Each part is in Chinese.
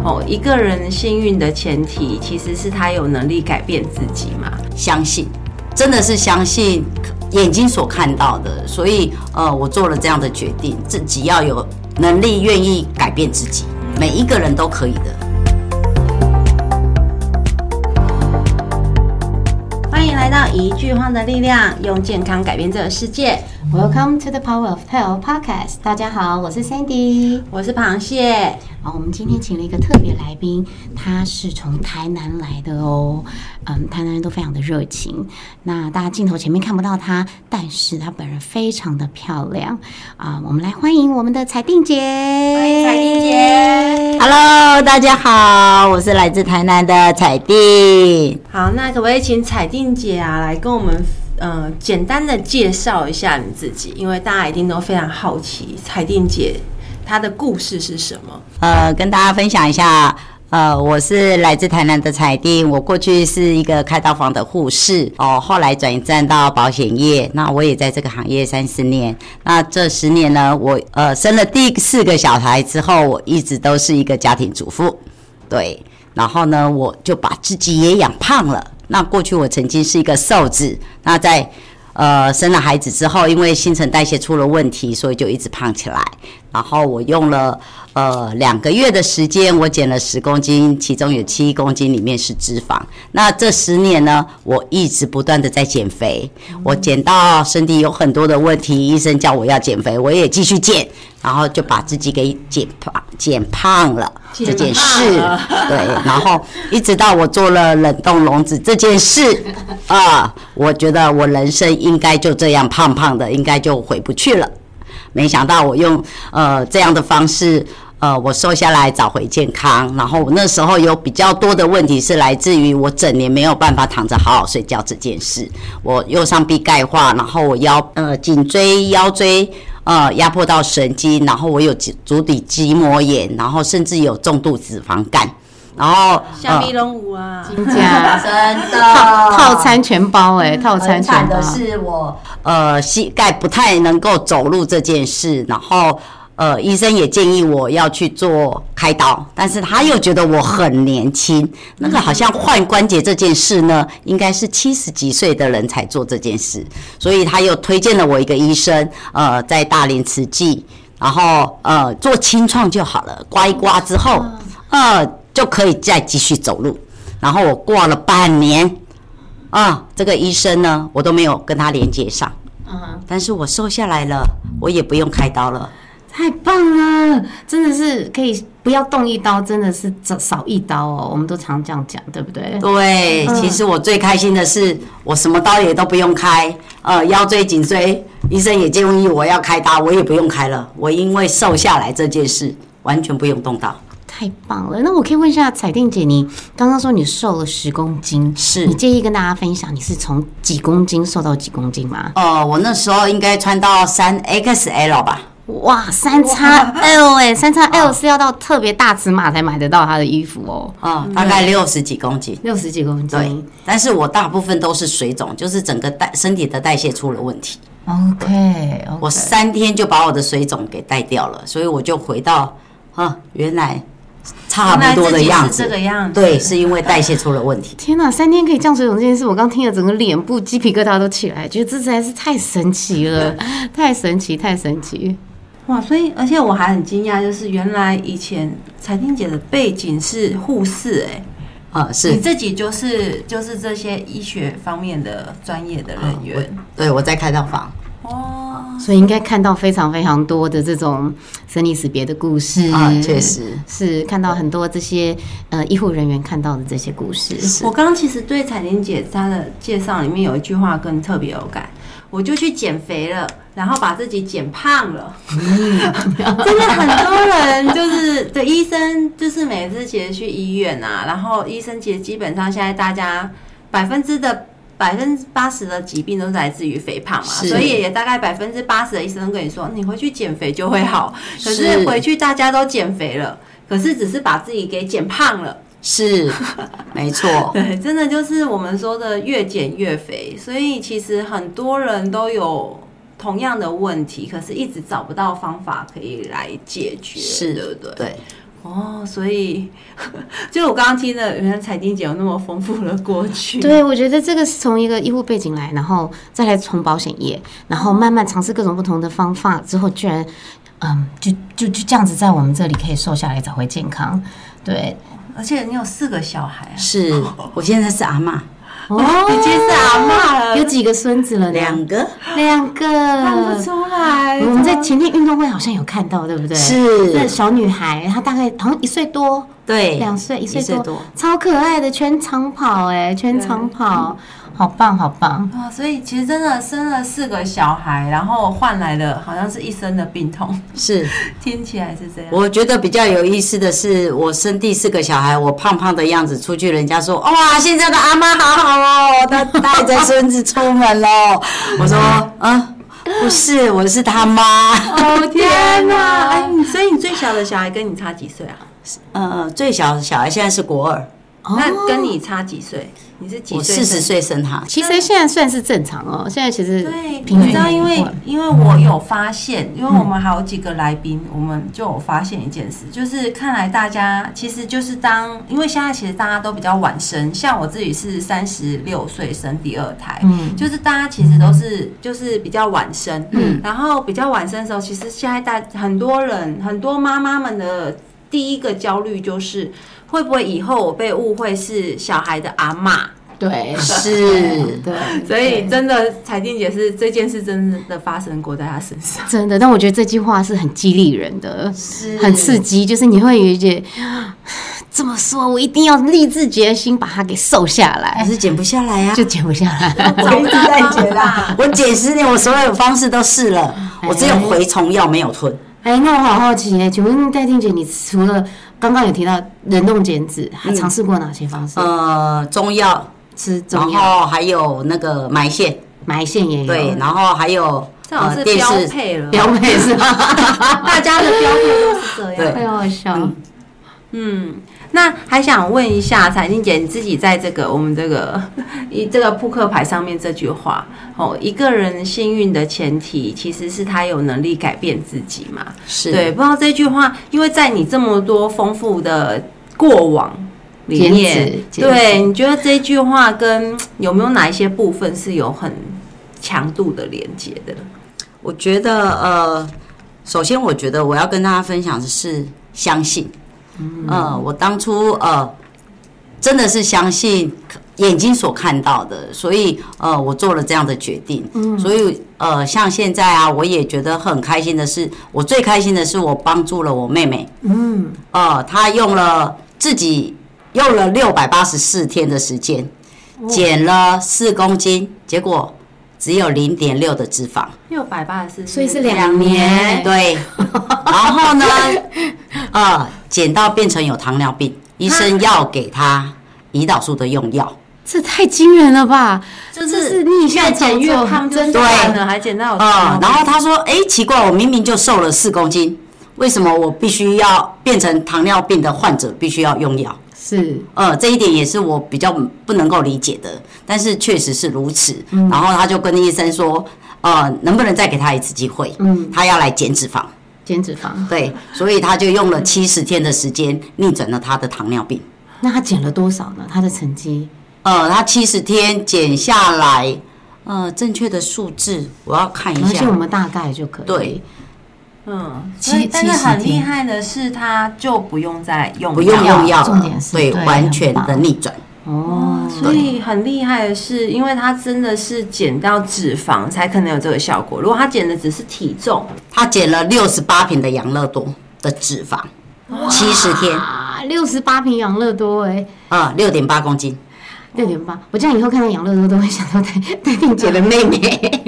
一个人幸运的前提其实是他有能力改变自己嘛。 相信，真的是相信眼睛所看到的，所以我做了这样的决定，自己要有能力愿意改变自己，每一个人都可以的。 欢迎来到一句话的力量，用健康改变这个世界。 Welcome to the Power of Health Podcast。大家好，我是 Sandy， 我是螃蟹。 我们今天请了一个特别来宾，他是从台南来的哦。台南人都非常的热情。那大家镜头前面看不到他，但是他本人非常的漂亮我们来欢迎我们的彩定姐。 欢迎彩定姐。 Hello， 大家好，我是来自台南的彩定。 好，那可不可以请彩定姐来跟我们简单的介绍一下你自己？因为大家一定都非常好奇彩定姐她的故事是什么？ 跟大家分享一下。我是来自台南的彩定，我过去是一个开刀房的护士后来转战到保险业，那我也在这个行业30年。那这10年呢，我生了第4个小孩之后，我一直都是一个家庭主妇，对。然后呢，我就把自己也养胖了。那过去我曾经是一个瘦子，那在生了孩子之后，因为新陈代谢出了问题，所以就一直胖起来。然后我用了2个月的时间，我减了10公斤，其中有7公斤里面是脂肪。那这10年呢，我一直不断的在减肥，我减到身体有很多的问题，医生叫我要减肥，我也继续减，然后就把自己给减胖了这件事。对，然后一直到我做了冷冻笼子这件事我觉得我人生应该就这样胖胖的，应该就回不去了。没想到我用这样的方式我瘦下来，找回健康。然后我那时候有比较多的问题是来自于我整年没有办法躺着好好睡觉这件事。我右上臂钙化，然后我颈椎腰椎压迫到神经，然后我有足底筋膜炎，然后甚至有重度脂肪肝。然后下米龙舞真的套餐全包套餐全包。 的是我膝盖不太能够走路这件事，然后医生也建议我要去做开刀，但是他又觉得我很年轻，那个好像换关节这件事呢，应该是70几岁的人才做这件事，所以他又推荐了我一个医生，在大林慈济，然后做清创就好了，刮一刮之后就可以再继续走路。然后我过了半年这个医生呢，我都没有跟他连接上，但是我瘦下来了，我也不用开刀了。 太棒了，真的是可以不要动一刀，真的是少一刀我们都常这样讲，对不对？ 对，其实我最开心的是，我什么刀也都不用开，腰椎、颈椎，医生也建议我要开刀，我也不用开了。我因为瘦下来这件事，完全不用动刀。 太棒了！那我可以问一下彩定姐，你刚刚说你瘦了10公斤， 是你介意跟大家分享你是从几公斤瘦到几公斤吗？ 我那时候应该穿到3XL 吧。 哇，3XL 3XL 是要到特别大尺码才买得到他的衣服大概60几公斤 ，60几公斤。 对，但是我大部分都是水肿，就是整个身体的代谢出了问题。 OK， 我3天就把我的水肿给带掉了，所以我就回到原来差不多的样子， 这个样子。 对，是因为代谢出了问题。 天哪，3天可以降水肿这件事，我刚听了整个脸部鸡皮疙瘩都起来，觉得这实在是太神奇了，太神奇，太神奇。 哇，所以而且我还很惊讶，就是原来以前彩定姐的背景是护士是你自己就是这些医学方面的专业的人员。 对，我在开刀房。 所以应该看到非常非常多的这种生离死别的故事确实是看到很多这些医护人员看到的这些故事。 我刚刚其实对彩定姐她的介绍里面有一句话更特别有感，我就去减肥了，然后把自己减胖了。真的很多人就是对医生，就是每次其实去医院然后医生其实基本上现在大家80%的疾病都是来自于肥胖嘛，所以也大概80%的医生都跟你说，你回去减肥就会好。可是回去大家都减肥了，可是只是把自己给减胖了。 是，没错。 对，真的就是我们说的越减越肥，所以其实很多人都有同样的问题，可是一直找不到方法可以来解决， 是， 对不对？ 对。 所以就我刚刚听的，原来彩丁姐有那么丰富的过去。 对，我觉得这个是从一个医护背景来，然后再来从保险业，然后慢慢尝试各种不同的方法之后，居然就这样子在我们这里可以瘦下来，找回健康。对， 而且你有4个小孩啊！ 是我现在是阿嬷， 已经是阿嬷了， 有几个孙子了呢 2个， 看不出来。 我们在前天运动会好像有看到，对不对？ 是这小女孩，她大概好像1岁多， 对 2岁1岁 1岁多多， 超可爱的，全长跑全长跑，好棒好棒。 所以其实真的生了4个小孩，然后换来了好像是一身的病痛， 是听起来是这样。 我觉得比较有意思的是，我生第4个小孩，我胖胖的样子出去，人家说哇，现在的阿嬷好好哦，她带着孙子出门喽。我说不是，我是他妈。 天哪！所以你最小的小孩跟你差几岁啊？ 最小的小孩现在是国2， 那跟你差几岁？你是几岁？ 我40岁生他。 其实现在算是正常哦，现在其实对， 平均你知道，因为我有发现，因为我们还有几个来宾，我们就有发现一件事，就是看来大家其实就是因为现在其实大家都比较晚生，像我自己是36岁生第2胎，就是大家其实都是就是比较晚生，然后比较晚生的时候，其实现在很多妈妈们的第一个焦虑就是会不会以后我被误会是小孩的阿嬷？ 对， 是， 对， 所以真的彩丁姐是这件事真的发生过在她身上， 真的。但我觉得这句话是很激励人的， 是很刺激，就是你会有一点这么说，我一定要立志决心把它给瘦下来， 还是减不下来啊？ 就减不下来。 我一直在减啊，我减10年，我所有方式都试了，我只有蛔虫药没有吞。 那我好好奇请问戴婷姐，你除了刚刚有提到冷冻减脂，还尝试过哪些方式？ 中药。 吃中药， 然后还有那个埋线也有，对，然后还有这好像是标配了， 标配是吧？ 大家的标配都是这样， 对， 太好笑。 那还想问一下彩丁姐，你自己在我们这个扑克牌上面这句话，一个人幸运的前提其实是他有能力改变自己嘛？ 是对，不知道这句话，因为在你这么多丰富的过往里面，对，你觉得这句话跟有没有哪一些部分是有很强度的连接的？ 我觉得首先我觉得我要跟大家分享的是相信。我当初真的是相信眼睛所看到的，所以我做了这样的决定。所以像现在啊，我也觉得很开心的是，我最开心的是我帮助了我妹妹。她自己用了684天的时间，减了4公斤，结果只有0.6的脂肪。 684， 所以是2年。 对，然后呢，减到变成有糖尿病，医生要给他胰岛素的用药。 这太惊人了吧！ 这是逆向减越胖就算了，还减到然后他说：“奇怪，我明明就瘦了4公斤，为什么我必须要变成糖尿病的患者，必须要用药？” 是， 这一点也是我比较不能够理解的，但是确实是如此。然后他就跟医生说，能不能再给他一次机会？他要来减脂肪。 减脂肪， 对，所以他就用了70天的时间逆转了他的糖尿病。 那他减了多少呢？他的成绩？ 他70天减下来，正确的数字我要看一下， 我们大概就可以。 对。 但是很厉害的是，他就不用再用药， 重点是对完全的逆转。 所以很厉害的是，因为他真的是减到脂肪才可能有这个效果。如果他减的只是体重， 他减了68瓶的养乐多的脂肪，70天 ，68瓶养乐多 6.8公斤 ，6.8。我这样以后看到养乐多都会想到戴婷姐的妹妹。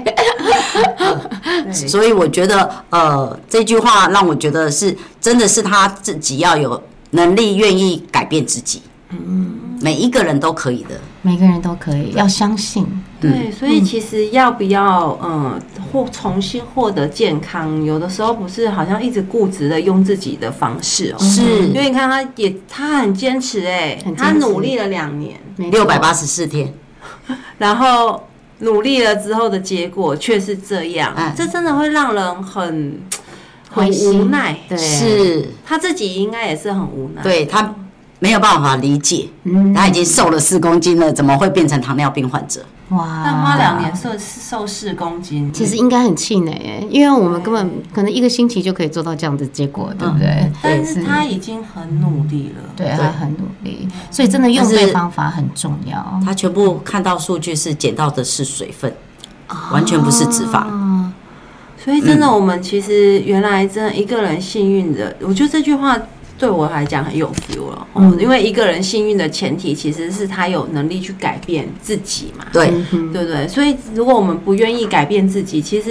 所以我觉得，这句话让我觉得是真的是他自己要有能力，愿意改变自己。每一个人都可以的， 每个人都可以，要相信。 对，所以其实要不要重新获得健康，有的时候不是好像一直固执的用自己的方式是， 因为你看他很坚持他努力了2年 ，684天， 然后努力了之后的结果却是这样，这真的会让人很无奈， 对， 是他自己应该也是很无奈， 对他没有办法理解，他已经瘦了4公斤了，怎么会变成糖尿病患者？ 哇， 但花2年瘦4公斤， 其实应该很气馁耶，因为我们根本可能1个星期就可以做到这样的结果，对不对？ 但是他已经很努力了， 对，他很努力，所以真的用对方法很重要。 他全部看到数据是减到的是水分，完全不是脂肪。 所以真的，我们其实原来真的一个人幸运的，我觉得这句话对我来讲很有 feel 了。因为一个人幸运的前提其实是他有能力去改变自己嘛， 对， 对不对？所以如果我们不愿意改变自己，其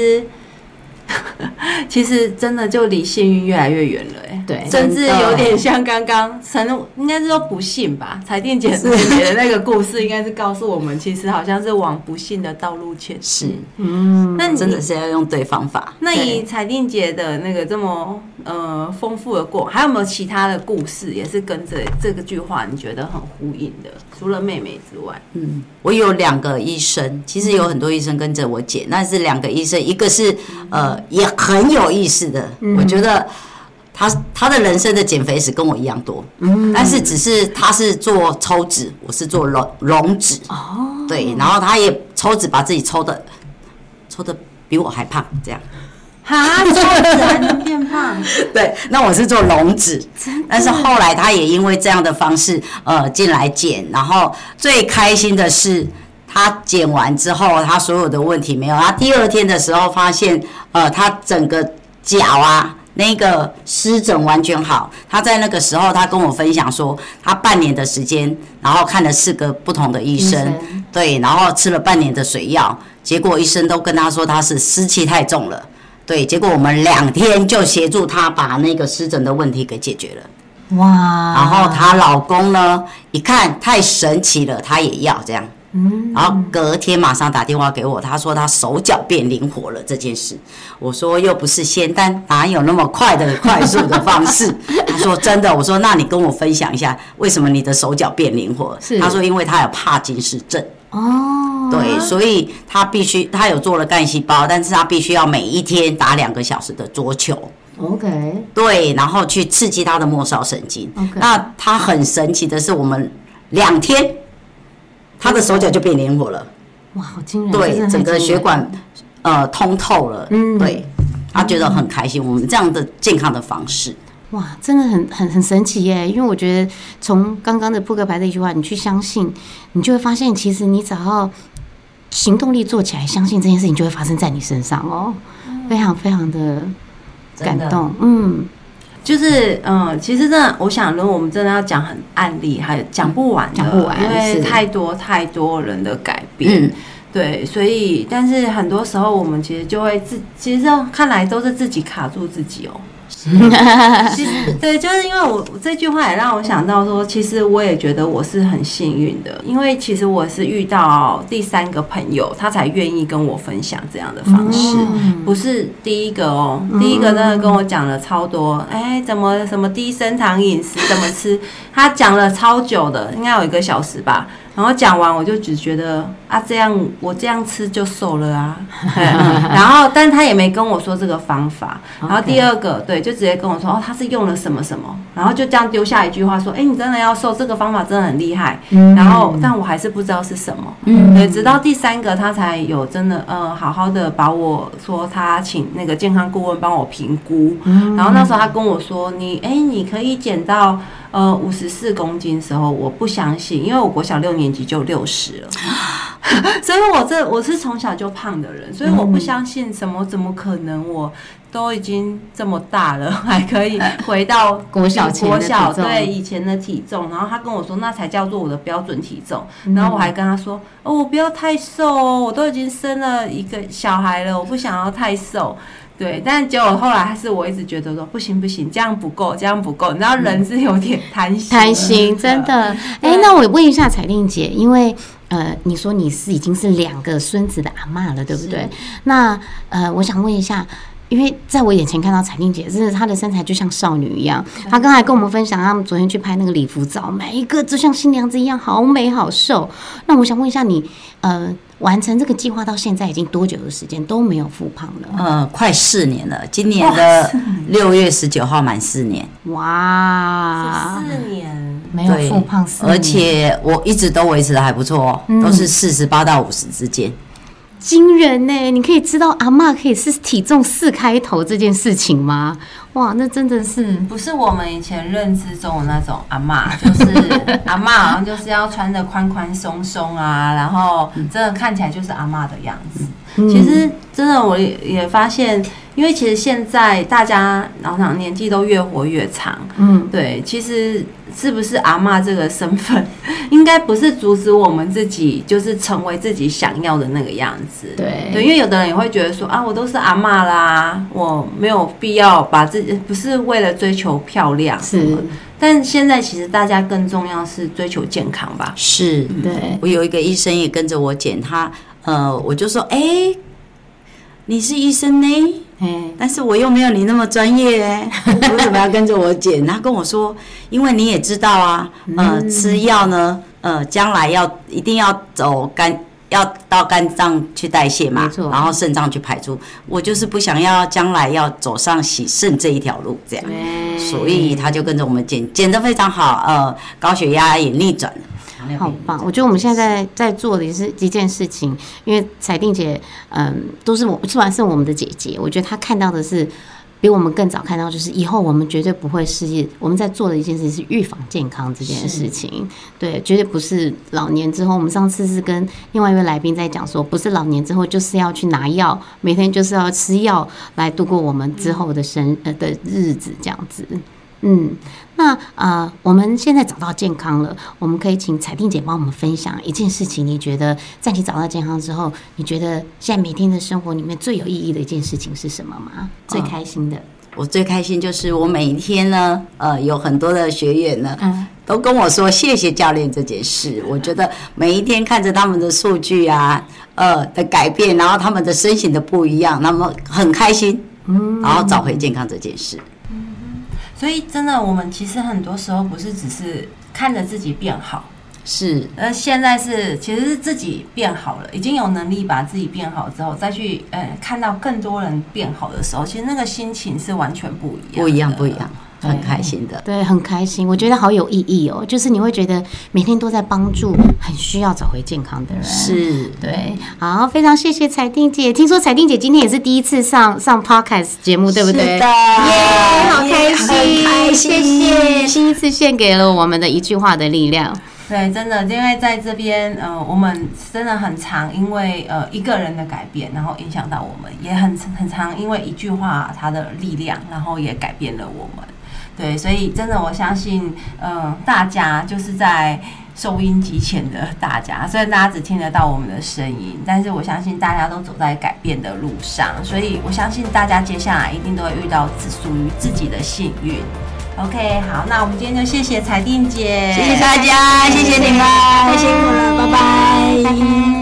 实真的就离幸运越来越远了， 对， 甚至有点像刚刚应该是说不幸吧，彩电姐的那个故事，应该是告诉我们，其实好像是往不幸的道路前进。 那真的是要用对方法。 那以彩电姐的那个这么丰富的过，还有没有其他的故事也是跟着这个句话你觉得很呼应的？除了妹妹之外， 我有2个医生，其实有很多医生跟着我姐，那是2个医生，一个是也很有意思的，我觉得他的人生的减肥史跟我一样多，但是只是他是做抽脂，我是做溶脂，对，然后他也抽脂把自己抽的比我还胖，这样。 哈，抽脂还能变胖？ 对，那我是做溶脂，但是后来他也因为这样的方式进来减，然后最开心的是他减完之后，他所有的问题没有，他第2天的时候发现他整个脚啊那个湿疹完全好。他在那个时候他跟我分享说，他半年的时间，然后看了4个不同的医生，对，然后吃了半年的水药，结果医生都跟他说他是湿气太重了。对，结果我们2天就协助她把那个湿疹的问题给解决了。 哇！ 然后她老公呢，一看太神奇了，他也要这样。然后隔天马上打电话给我，他说他手脚变灵活了这件事。我说又不是仙丹，哪有那么快速的方式？他说真的。我说那你跟我分享一下，为什么你的手脚变灵活？他说因为他有帕金氏症。对，所以他有做了干细胞，但是他必须要每一天打2个小时的桌球。 OK， 对，然后去刺激他的末梢神经。那他很神奇的是，我们2天，他的手脚就变灵活了。 哇，好惊人！ 对，整个血管通透了。对，他觉得很开心。我们这样的健康的方式。 哇，真的很神奇耶！因为我觉得从刚刚的扑克牌的一句话，你去相信，你就会发现，其实你只要行动力做起来，相信这件事情就会发生在你身上哦，非常非常的感动。 就是其实真的，我想，如果我们真的要讲很案例，还讲不完，因为太多人的改变。对，所以但是很多时候我们其实就会其实看来都是自己卡住自己哦。其实对，就是因为我这句话也让我想到说，其实我也觉得我是很幸运的，因为其实我是遇到第3个朋友，他才愿意跟我分享这样的方式，不是第1个哦。第1个真的跟我讲了超多，怎么什么低升糖饮食怎么吃，他讲了超久的，应该有1个小时吧。然后讲完我就只觉得这样我这样吃就瘦了啊。然后但他也没跟我说这个方法。然后第2个对，就直接跟我说他是用了什么什么，然后就这样丢下一句话说你真的要瘦，这个方法真的很厉害。然后但我还是不知道是什么。对，直到第3个他才有真的好好的把我说他请那个健康顾问帮我评估。然后那时候他跟我说你可以减到54公斤的时候，我不相信，因为我国小6年级就60了。所以我是从小就胖的人，所以我不相信怎么可能我都已经这么大了，还可以回到国小对以前的体重。然后他跟我说那才叫做我的标准体重。然后我还跟他说我不要太瘦哦，我都已经生了1个小孩了，我不想要太瘦。对，但结果后来还是我一直觉得说不行，这样不够。你知道人是有点贪心， 真的。那我问一下彩玲姐，因为你说你已经是2个孙子的阿嬷了，对不对？那我想问一下，因为在我眼前看到彩玲姐，真的她的身材就像少女一样。她刚才跟我们分享，他们昨天去拍那个礼服照，每一个就像新娘子一样，好美好瘦。那我想问一下你， 完成这个计划到现在已经多久的时间都没有复胖了？ 快4年了，今年的6月19号满4年。 哇 ，4年没有复胖4年， 而且我一直都维持的还不错哦，都是48到50之间。 惊人呢！你可以知道阿嬷可以是体重4开头这件事情吗？哇，那真的是不是我们以前认知中的那种阿嬷，就是阿嬷好像就是要穿得宽宽松松啊，然后真的看起来就是阿嬷的样子。其实真的我也发现，因为其实现在大家老常年纪都越活越长，对，其实是不是阿嬷这个身份，应该不是阻止我们自己就是成为自己想要的那个样子。 对， 因为有的人也会觉得说啊，我都是阿嬷啦，我没有必要把自己不是为了追求漂亮， 是。 但现在其实大家更重要是追求健康吧？ 是， 对。 我有一个医生也跟着我减，我就说，你是医生呢？但是我又没有你那么专业为什么要跟着我减？他跟我说，因为你也知道啊，吃药呢，将来一定要要到肝脏去代谢嘛，然后肾脏去排出。我就是不想要将来要走上洗肾这一条路，这样，所以他就跟着我们减得非常好，高血压也逆转了。 好棒！我觉得我们现在在做的也是一件事情，因为彩定姐，都是虽然是我们的姐姐，我觉得她看到的是比我们更早看到，就是以后我们绝对不会是我们在做的一件事是预防健康这件事情，对，绝对不是老年之后。我们上次是跟另外一位来宾在讲说，不是老年之后就是要去拿药，每天就是要吃药来度过我们之后的的日子这样子。那我们现在找到健康了，我们可以请彩定姐帮我们分享一件事情。你觉得在你找到健康之后，你觉得现在每天的生活里面最有意义的一件事情是什么吗？最开心的？ 我最开心就是我每一天呢，有很多的学员呢，都跟我说谢谢教练这件事。我觉得每一天看着他们的数据啊，的改变，然后他们的身形的不一样，他们很开心，然后找回健康这件事。 所以真的，我们其实很多时候不是只是看着自己变好， 是， 现在其实是自己变好了，已经有能力把自己变好之后，再去看到更多人变好的时候，其实那个心情是完全不一样， 不一样。很开心的， 对，很开心。我觉得好有意义哦，就是你会觉得每天都在帮助很需要找回健康的人。 是， 对，好，非常谢谢彩定姐。听说彩定姐今天也是第一次上 podcast 节目，对不对？ 是的， 好开心，谢谢，第一次献给了我们的一句话的力量。 对，真的，因为在这边，我们真的很常因为一个人的改变，然后影响到我们，也很常因为一句话它的力量，然后也改变了我们。对，所以真的我相信，大家就是在收音机前的大家，虽然大家只听得到我们的声音，但是我相信大家都走在改变的路上，所以我相信大家接下来一定都会遇到属于自己的幸运。OK， 好，那我们今天就谢谢彩定姐， 谢谢大家，谢谢你们，太辛苦了，拜拜。